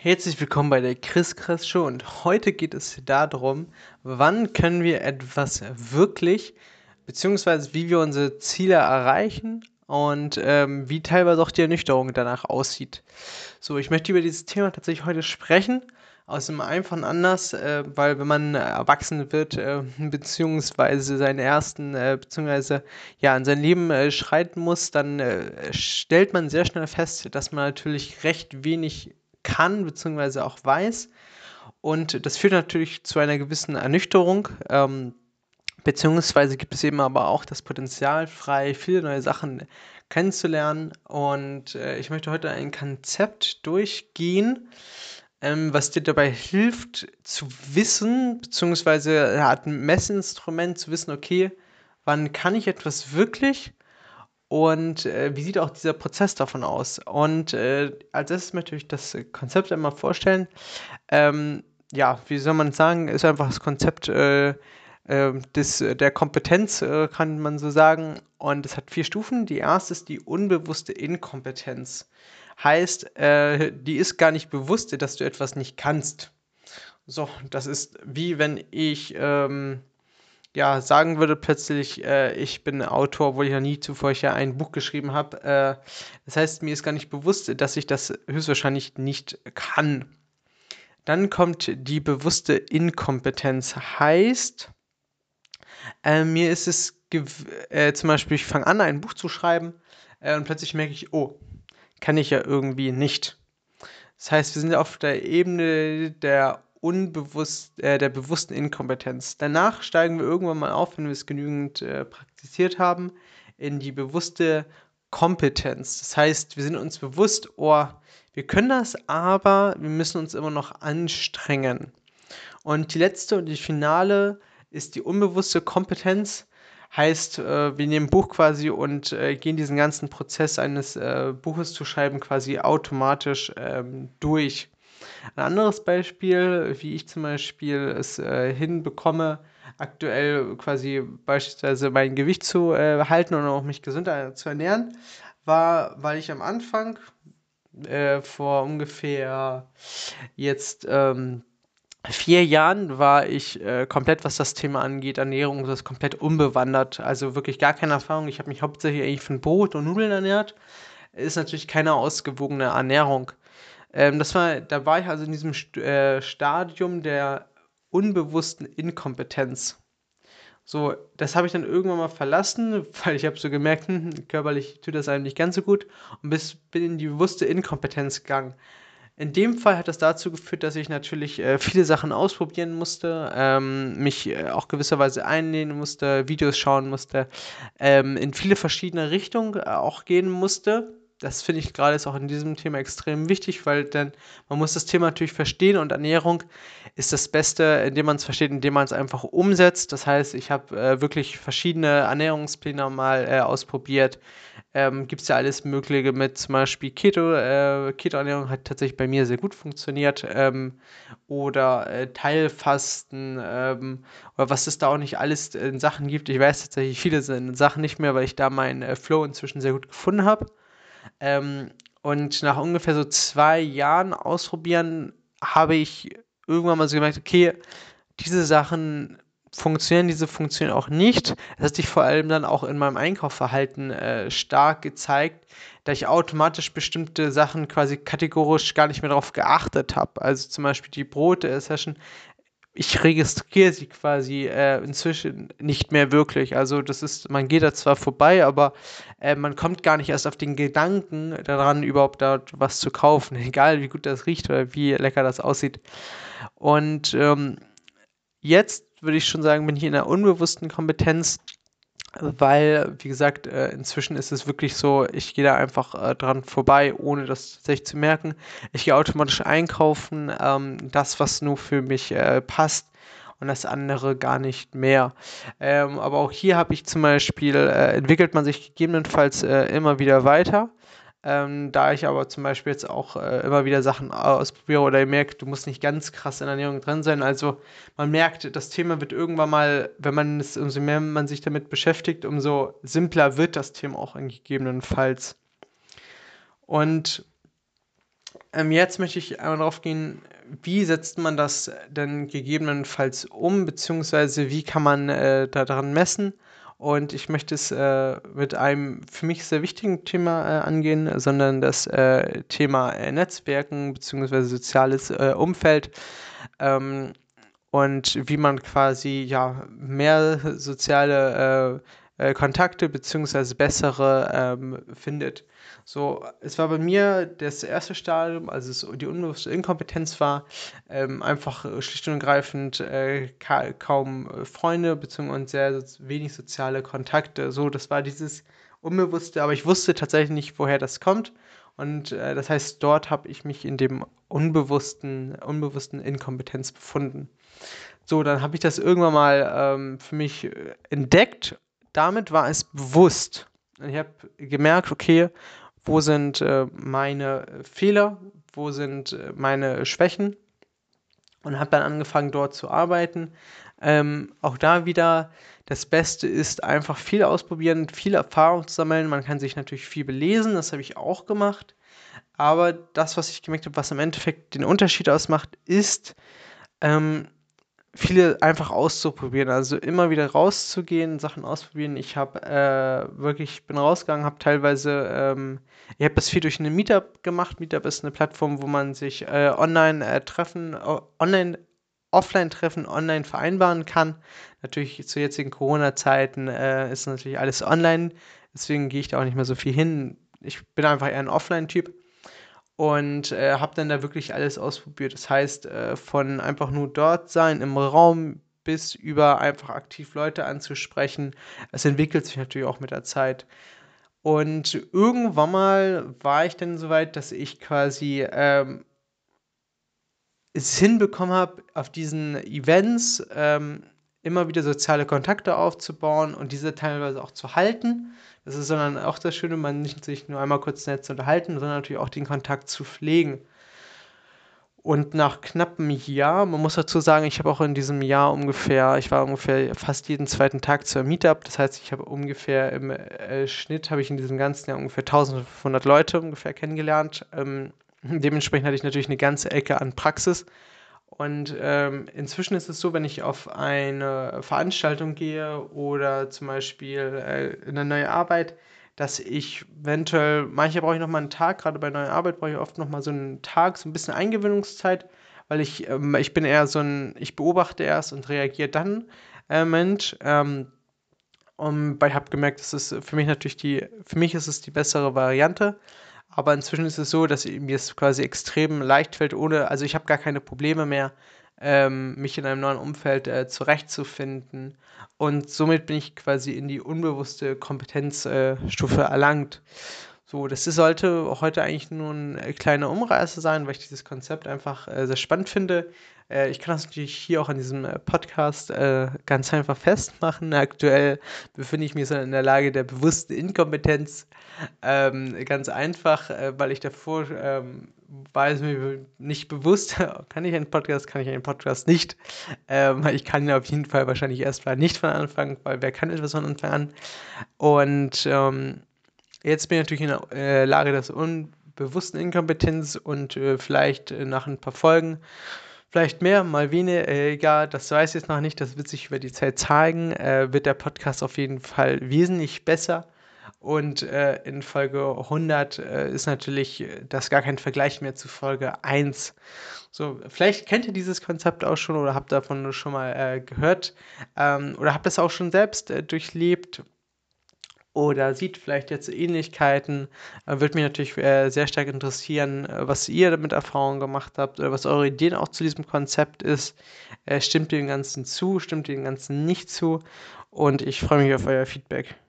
Herzlich willkommen bei der Chris Show und heute geht es darum, wann können wir etwas wirklich, beziehungsweise wie wir unsere Ziele erreichen und wie teilweise auch die Ernüchterung danach aussieht. So, ich möchte über dieses Thema tatsächlich heute sprechen, aus einem einfachen Anlass, weil wenn man erwachsen wird, beziehungsweise seinen ersten, beziehungsweise ja, in sein Leben schreiten muss, dann stellt man sehr schnell fest, dass man natürlich recht wenig kann, beziehungsweise auch weiß. Und das führt natürlich zu einer gewissen Ernüchterung, beziehungsweise gibt es eben aber auch das Potenzial, frei viele neue Sachen kennenzulernen. Und ich möchte heute ein Konzept durchgehen, was dir dabei hilft zu wissen, beziehungsweise hat ein Messinstrument zu wissen, okay, wann kann ich etwas wirklich und wie sieht auch dieser Prozess davon aus? Und als erstes möchte ich das Konzept einmal vorstellen. Ja, wie soll man sagen, ist einfach das Konzept der Kompetenz, kann man so sagen. Und es hat 4 Stufen. Die erste ist die unbewusste Inkompetenz. Heißt, die ist gar nicht bewusst, dass du etwas nicht kannst. So, das ist wie wenn ich ja, sagen würde plötzlich, ich bin Autor, obwohl ich noch nie zuvor ja ein Buch geschrieben habe. Das heißt, mir ist gar nicht bewusst, dass ich das höchstwahrscheinlich nicht kann. Dann kommt die bewusste Inkompetenz. Heißt, mir ist es zum Beispiel, ich fange an, ein Buch zu schreiben und plötzlich merke ich, oh, kann ich ja irgendwie nicht. Das heißt, wir sind auf der Ebene der bewussten Inkompetenz. Danach steigen wir irgendwann mal auf, wenn wir es genügend praktiziert haben, in die bewusste Kompetenz. Das heißt, wir sind uns bewusst, oh, wir können das, aber wir müssen uns immer noch anstrengen. Und die letzte und die finale ist die unbewusste Kompetenz. Heißt, wir nehmen ein Buch quasi und gehen diesen ganzen Prozess eines Buches zu schreiben quasi automatisch durch. Ein anderes Beispiel, wie ich zum Beispiel es hinbekomme, aktuell quasi beispielsweise mein Gewicht zu halten und auch mich gesünder zu ernähren, war, weil ich am Anfang vor ungefähr jetzt 4 Jahren war ich komplett, was das Thema angeht, Ernährung, das komplett unbewandert. Also wirklich gar keine Erfahrung. Ich habe mich hauptsächlich eigentlich von Brot und Nudeln ernährt. Ist natürlich keine ausgewogene Ernährung. Da war ich also in diesem Stadium der unbewussten Inkompetenz. So, das habe ich dann irgendwann mal verlassen, weil ich habe so gemerkt, körperlich tut das einem nicht ganz so gut und bin in die bewusste Inkompetenz gegangen. In dem Fall hat das dazu geführt, dass ich natürlich viele Sachen ausprobieren musste, mich auch gewisserweise einlehnen musste, Videos schauen musste, in viele verschiedene Richtungen auch gehen musste. Das finde ich gerade jetzt auch in diesem Thema extrem wichtig, weil dann man muss das Thema natürlich verstehen und Ernährung ist das Beste, indem man es versteht, indem man es einfach umsetzt. Das heißt, ich habe wirklich verschiedene Ernährungspläne mal ausprobiert. Gibt es ja alles Mögliche mit zum Beispiel Keto-Ernährung hat tatsächlich bei mir sehr gut funktioniert. Oder Teilfasten oder was es da auch nicht alles in Sachen gibt. Ich weiß tatsächlich viele Sachen nicht mehr, weil ich da meinen Flow inzwischen sehr gut gefunden habe. Und nach ungefähr so 2 Jahren ausprobieren habe ich irgendwann mal so gemerkt, okay, diese Sachen funktionieren, diese funktionieren auch nicht. Das hat sich vor allem dann auch in meinem Einkaufsverhalten stark gezeigt, da ich automatisch bestimmte Sachen quasi kategorisch gar nicht mehr darauf geachtet habe. Also zum Beispiel die Brot-Session, ich registriere sie quasi inzwischen nicht mehr wirklich. Also das ist, man geht da zwar vorbei, aber man kommt gar nicht erst auf den Gedanken daran, überhaupt dort was zu kaufen, egal wie gut das riecht oder wie lecker das aussieht. Und jetzt würde ich schon sagen, bin ich in einer unbewussten Kompetenz, weil, wie gesagt, inzwischen ist es wirklich so, ich gehe da einfach dran vorbei, ohne das tatsächlich zu merken. Ich gehe automatisch einkaufen, das, was nur für mich passt und das andere gar nicht mehr. Aber auch hier habe ich zum Beispiel, entwickelt man sich gegebenenfalls immer wieder weiter. Da ich aber zum Beispiel jetzt auch immer wieder Sachen ausprobiere oder ihr merkt, du musst nicht ganz krass in Ernährung drin sein. Also man merkt, das Thema wird irgendwann mal, wenn man es, umso mehr man sich damit beschäftigt, umso simpler wird das Thema auch in gegebenenfalls. Und Jetzt möchte ich einmal darauf gehen, wie setzt man das denn gegebenenfalls um, beziehungsweise wie kann man daran messen? Und ich möchte es mit einem für mich sehr wichtigen Thema angehen, sondern das Thema Netzwerken beziehungsweise soziales Umfeld. Ähm, und wie man quasi ja mehr soziale Kontakte beziehungsweise bessere findet. So, es war bei mir das erste Stadium, als es die unbewusste Inkompetenz war, einfach schlicht und ergreifend kaum Freunde beziehungsweise sehr wenig soziale Kontakte. So, das war dieses Unbewusste, aber ich wusste tatsächlich nicht, woher das kommt. Und das heißt, dort habe ich mich in dem unbewussten Inkompetenz befunden. So, dann habe ich das irgendwann mal für mich entdeckt. Damit war es bewusst. Und ich habe gemerkt, okay, wo sind meine Fehler, wo sind meine Schwächen und habe dann angefangen, dort zu arbeiten. Auch da wieder, das Beste ist einfach viel ausprobieren, viel Erfahrung zu sammeln. Man kann sich natürlich viel belesen, das habe ich auch gemacht. Aber das, was ich gemerkt habe, was im Endeffekt den Unterschied ausmacht, ist, ähm, viele einfach auszuprobieren, also immer wieder rauszugehen, Sachen ausprobieren. Ich habe bin rausgegangen, habe teilweise, ich habe das viel durch eine Meetup gemacht. Meetup ist eine Plattform, wo man sich Offline-Treffen online vereinbaren kann. Natürlich zu jetzigen Corona-Zeiten ist natürlich alles online, deswegen gehe ich da auch nicht mehr so viel hin. Ich bin einfach eher ein Offline-Typ und habe dann da wirklich alles ausprobiert. Das heißt, von einfach nur dort sein im Raum bis über einfach aktiv Leute anzusprechen. Es entwickelt sich natürlich auch mit der Zeit. Und irgendwann mal war ich dann so weit, dass ich quasi es hinbekommen habe, auf diesen Events immer wieder soziale Kontakte aufzubauen und diese teilweise auch zu halten. Das ist dann auch das Schöne, man nicht sich nur einmal kurz nett zu unterhalten, sondern natürlich auch den Kontakt zu pflegen. Und nach knappem Jahr, man muss dazu sagen, ich habe auch in diesem Jahr ich war ungefähr fast jeden zweiten Tag zur Meetup. Das heißt, ich habe ungefähr im Schnitt habe ich in diesem ganzen Jahr ungefähr 1500 Leute ungefähr kennengelernt. Dementsprechend hatte ich natürlich eine ganze Ecke an Praxis. Und inzwischen ist es so, wenn ich auf eine Veranstaltung gehe oder zum Beispiel in eine neue Arbeit, dass ich eventuell, manche brauche ich noch mal einen Tag, gerade bei neuer Arbeit brauche ich oft noch mal so einen Tag, so ein bisschen Eingewöhnungszeit, weil ich bin eher ich beobachte erst und reagiere dann Mensch. Und ich habe gemerkt, das ist für mich ist es die bessere Variante. Aber inzwischen ist es so, dass mir es quasi extrem leicht fällt, also ich habe gar keine Probleme mehr, mich in einem neuen Umfeld zurechtzufinden. Und somit bin ich quasi in die unbewusste Kompetenzstufe erlangt. So, sollte heute eigentlich nur eine kleine Umreise sein, weil ich dieses Konzept einfach sehr spannend finde. Ich kann das natürlich hier auch an diesem Podcast ganz einfach festmachen. Aktuell befinde ich mich so in der Lage der bewussten Inkompetenz. Ganz einfach, weil ich davor war es mir nicht bewusst, kann ich einen Podcast nicht. Ich kann ihn auf jeden Fall wahrscheinlich erstmal nicht von Anfang, weil wer kann etwas von Anfang an? Und jetzt bin ich natürlich in der Lage der unbewussten Inkompetenz und vielleicht nach ein paar Folgen, vielleicht mehr, mal weniger, das weiß ich jetzt noch nicht, das wird sich über die Zeit zeigen, wird der Podcast auf jeden Fall wesentlich besser. Und in Folge 100 ist natürlich das gar kein Vergleich mehr zu Folge 1. So, vielleicht kennt ihr dieses Konzept auch schon oder habt davon schon mal gehört oder habt das auch schon selbst durchlebt oder sieht vielleicht jetzt Ähnlichkeiten. Würde mich natürlich sehr stark interessieren, was ihr damit Erfahrungen gemacht habt oder was eure Ideen auch zu diesem Konzept ist. Stimmt dem Ganzen zu, stimmt dem Ganzen nicht zu? Und ich freue mich auf euer Feedback.